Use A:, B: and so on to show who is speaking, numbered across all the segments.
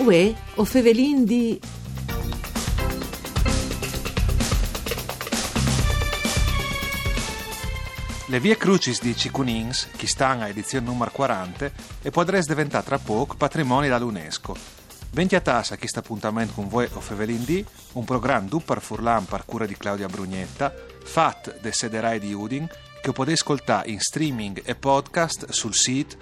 A: Uè, o fevelin di...
B: Le vie crucis di Cicunins, che stanno a edizione numero 40, e potrebbe diventare tra poco patrimonio dall'UNESCO. Venti a tassa questo appuntamento con voi o fevelin di, un programma du per Furlan per cura di Claudia Brugnetta, fatto de Sederai di Udin, che potete ascoltare in streaming e podcast sul sito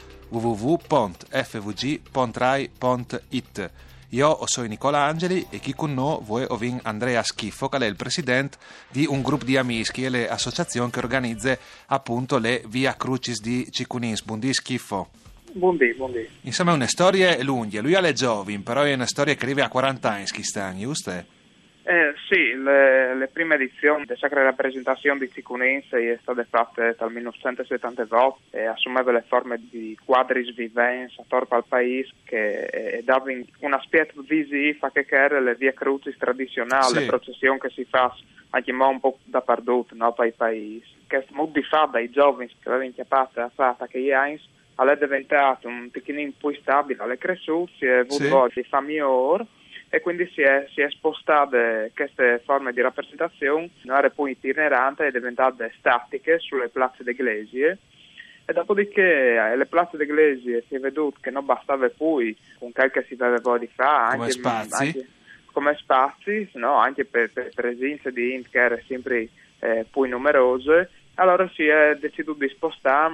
B: www.fvg.rai.it. Io sono Nicola Angeli e chi con noi vuoi ovin Andrea Schiffo, che è il presidente di un gruppo di amici, che è l'associazione che organizza appunto le Via Crucis di Cicunins. Buondì Schiffo.
C: Buondì.
B: Insomma è una storia lunga, lui ha le giovani, però è una storia che arriva a 40 anni, giusto?
C: Sì, le prime edizioni della Sacra Rappresentazione di Cicunins sono state fatte dal 1978 e assumeva le forme di quadris vivens attorno al paese che davano un aspetto visivo che era le vie crucis tradizionali, le processioni che si fa anche un po' dappertutto, no, per i paesi. Che molto di fa dai giovani che avevano inchiappato a fare che gli anni è diventato un pochino più stabile, alle cresciute, si è avuto di famiglie e quindi si è spostata queste forme di rappresentazione in aree più itineranti e diventate statiche sulle piazze d'Eglesie. E dopodiché alle piazze d'Eglesie si è veduto che non bastava più con quel che si aveva di fare anche come spazi, no? Anche per presenze di int che erano sempre più numerose. Allora si è deciso di spostare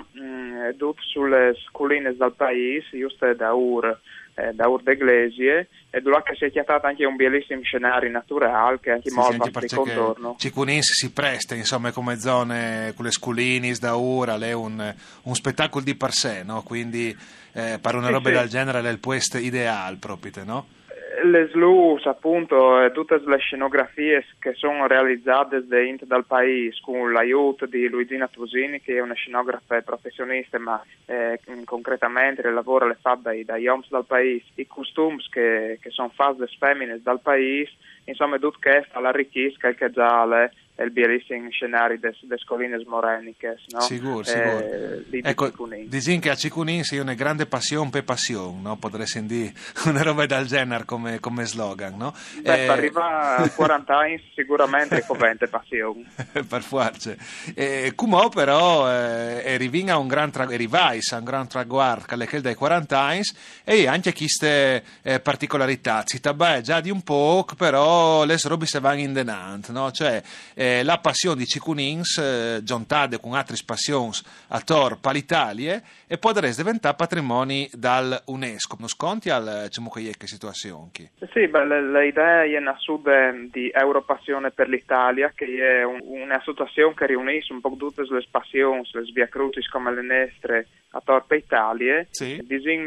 C: sulle colline del paese, giusto da Ur d'Eglesie, e dove si è chiamato anche un bellissimo scenario naturale che anche molto di contorno.
B: Cicunins si presta, insomma, come zone con le sculinis da Ur, è un spettacolo di per sé, no? Quindi per una roba del genere è il posto ideale proprio, no?
C: Le slus, appunto, tutte le scenografie che sono realizzate dal paese con l'aiuto di Luigina Tusini, che è una scenografa professionista, ma concretamente il lavoro le fa dai homes dal paese, i costumi che sono fatti dalle femmine dal paese, insomma, tutto questo l'arricchisca che già il bellissimo scenario delle colline smoreniche, no?
B: Sicuro. Ecco, dicono che a Cicunins è una grande passione per passione, no? Potresti dire una roba del genere come slogan, no?
C: Per arrivare a 40 anni sicuramente è covente passione.
B: Per forza. Come però arrivi a un gran traguardo che è dai 40 anni e anche queste particolarità. Si tabà già di un po', però le robe si vanno in denant, no? Cioè la passione di Cicunins giuntade con altre passioni a tor l'Italia e potrebbe diventare patrimonio dall'UNESCO. Non sconti al che situazione?
C: Sì, l'idea è nascuta di Europassione per l'Italia, che è un'associazione che riunisce un po' tutte le passioni, le via crucis come le nostre a Torpe Italia.
B: Sì.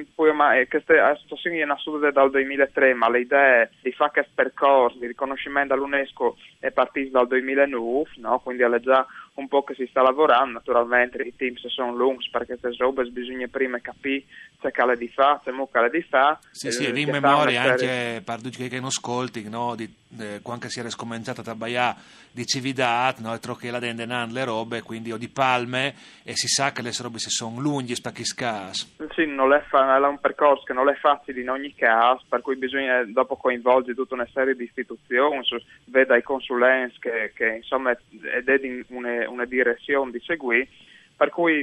C: Questa associazione è nascuta dal 2003, ma l'idea di fare questo percorso di riconoscimento dall'UNESCO è partita dal 2009, no? Quindi è già un po' che si sta lavorando. Naturalmente i team sono lunghi perché queste robe bisogna prima capire se cale di fa, se mo cale di fa.
B: Sì, e in memoria anche per tutti che non ascolti, no? Quando si era scominciata a trabalhare di cividat, no? E troché la dendenan le robe, quindi o di palme, e si sa che le robe si sono lunghe spacchi scas.
C: Sì, è un percorso che non è facile in ogni caso, per cui bisogna dopo coinvolgere tutta una serie di istituzioni, veda i consulenti che insomma è una direzione di seguire, per cui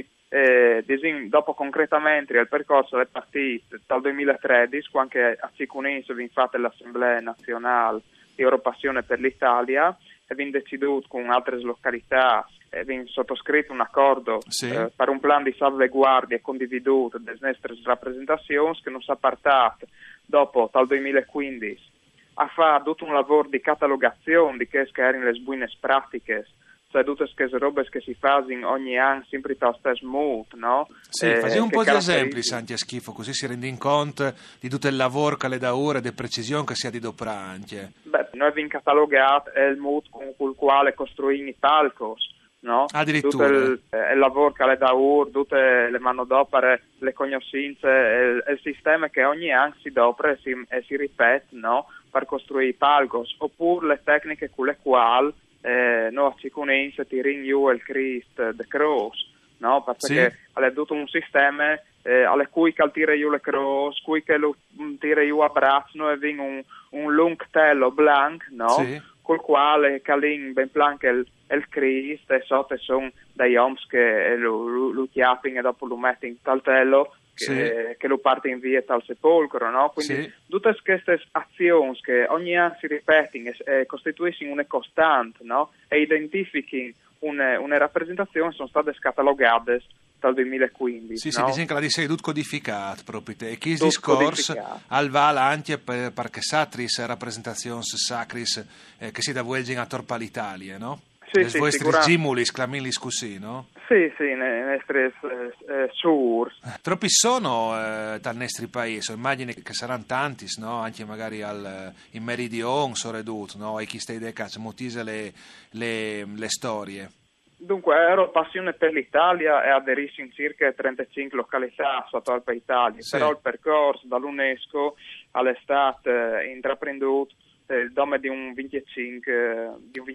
C: dopo concretamente il percorso è partito dal 2013, quando anche a Cicunins viene fatta l'Assemblea Nazionale di Europassione per l'Italia e viene deciso con altre località, viene sottoscritto un accordo per un plan di salvaguardia condividuto delle nostre rappresentazioni che non si è portato dopo dal 2015 a fare tutto un lavoro di catalogazione di che erano le buone pratiche, cioè tutte queste robe che si fanno ogni anno sempre dallo stesso modo, no?
B: Sì, facciamo un po' di esempi, Santi, a Schifo, così si rende conto di tutto il lavoro che le da ora e di precisione che si ha di doprà anche.
C: Noi abbiamo catalogato il modo con il quale costruiamo i palcos, no?
B: Addirittura.
C: Tutto il lavoro che le da ora, tutte le manodopere, le conoscenze, il sistema che ogni anno si dopra e si ripete, no? Per costruire i palcos, oppure le tecniche con le quali noi a Cicunins tiriamo giù il Christ de Cross, no? Perché è tutto un sistema alle cui cal tira io le cross, cui che lo tira io a braccio e vin un lungtello blanc, no?
B: Sì.
C: Col quale calin ben blanc il Cristo e sotto sono dei oms che lo chiapping e dopo lo metti in taltello che lo parte in via tal sepolcro, no? Quindi tutte queste azioni che ogni anno si ripetono e costituiscono una costante, no? E identificano una rappresentazione sono state scatalogate dal 2015.
B: Sì,
C: no?
B: Dicono che la sei tutto codificato proprio te. E chi discorso al val anche perché satris rappresentazioni sacris che si da vuelgen a torpa l'Italia, no?
C: Sì,
B: le vostri gimulis, clamilis così, no?
C: Sì, nei nostri sur.
B: Troppi sono dal nostro paese, immagino che saranno tanti, no? Anche magari in meridione, soredut, no? E chi stai de cazzo, mutise le storie.
C: Dunque, ero passione per l'Italia e aderissi in circa 35 località sotto Alpe Italia, però il percorso dall'UNESCO all'estate intraprenduto il nome di un 25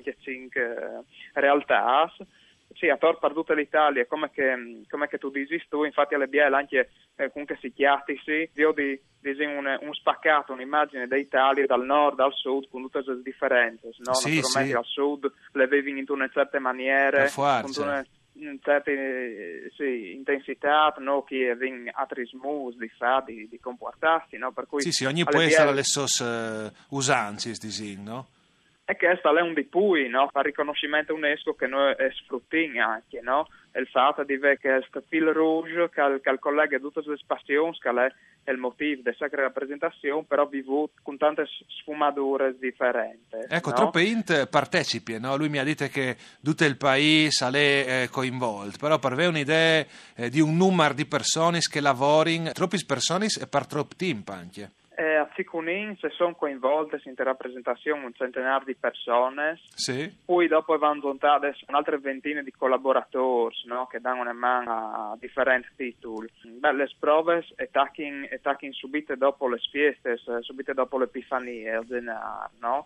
C: realtà. Sì, a tor per tutta l'Italia, come che tu dici tu, infatti alle bielle anche comunque si chiatti, sì, io di un spaccato, un'immagine dell'Italia dal nord al sud con tutte le differenze, no?
B: Sì,
C: naturalmente al sud le vevi in una certe maniere, con una certe intensità, no? Che viene atrismus di comportarsi, no? Per cui
B: sì, ogni paese ha le sue usanze, no?
C: E che è un di cui, no? Fa riconoscimento UNESCO che noi sfruttiamo anche, no? Il fatto di che questo fil rouge che il collega tutte le passioni, che è il motivo della sacra rappresentazione, però vivuto con tante sfumature differenti.
B: Ecco,
C: no?
B: troppe int partecipi, no? Lui mi ha detto che tutto il paese è coinvolto, però per avere un'idea di un numero di persone che lavorano, troppe persone e per troppo tempo anche.
C: A Cicunin se sono coinvolte in rappresentazione un centenario di persone, poi dopo vanno montate un'altra ventina di collaboratori, no? Che danno una mano a differenti titoli. Le prove attacchino subite dopo le fieste, subite dopo l'Epifania, il denaro, no?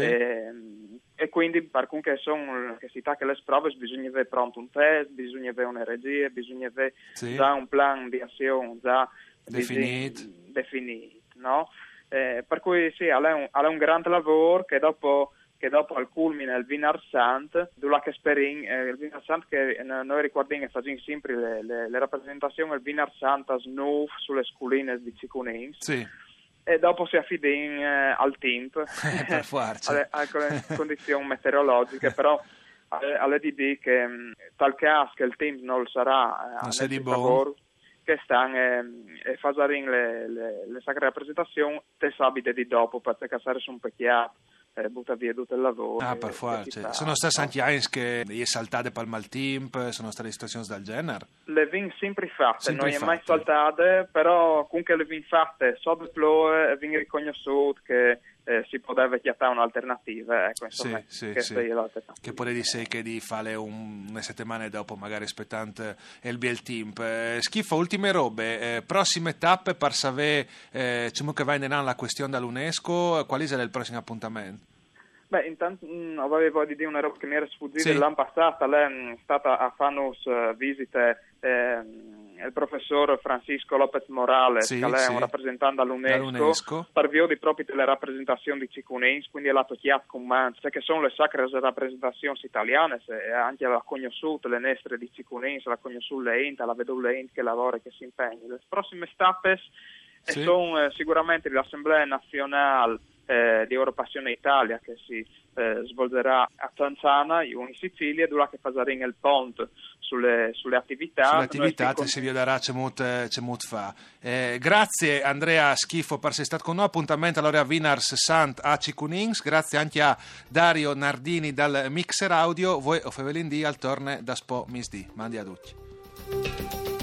C: E quindi per cui che si tacca le prove bisogna avere pronto un test, bisogna avere una regia, bisogna avere già un plan di azione già definito. No? Per cui sì, è un grande lavoro che dopo al culmine il Vinar Sant, dove il Vinar Sant che noi ricordiamo che facciamo sempre le rappresentazioni il Vinar Sant a Snoof sulle sculine di Ciconins. E dopo si affida al tempo alle condizioni meteorologiche, però alle DB che tal caso che il tempo non lo sarà
B: non sei di
C: lavoro che stanno e fanno le sacre rappresentazioni te sabide di dopo perché casare su un pecchiato butta via tutto il lavoro
B: per forza. Sono stati anche anni che gli saltate per il maltempo, sono state situazioni del genere?
C: Le vin sempre fatte, non è mai saltate, però comunque le vin fatte so del plore e vin riconosciuto che si poteva chiattare un'alternativa, ecco, insomma,
B: che poi dire che di fare una settimana dopo magari aspettando il bel tempo. Schifo, ultime robe, prossime tappe per sapere che va in denaro la questione dall'UNESCO, quali sarà il prossimo appuntamento?
C: Beh, intanto avevo di dire una roba che mi era sfuggita l'anno passato, lei è stata a farnos visite il professor Francisco Lopez Morales, che lei è un rappresentante dall'UNESCO, per via di proprio delle rappresentazioni di Ciconins, quindi l'ha tocchiato con mano, che sono le sacre rappresentazioni italiane, anche la conosciuta, le nostre di Ciconins, la conosciuta l'Ent, la vedova l'Ent che lavora e che si impegna. Le prossime tappe sono sicuramente l'Assemblea Nazionale di Europassione Italia che si svolgerà a Zanzana, in Sicilia, dove che farà il ponte sulle attività.
B: Se vi darà c'è molto fa. Grazie Andrea Schifo per essere stato con noi. Appuntamento all'ora Vinar 60 a Ciconins. Grazie anche a Dario Nardini dal Mixer Audio. Voi o Fevelin D al torne da Spo Misdi. Mandi a tutti.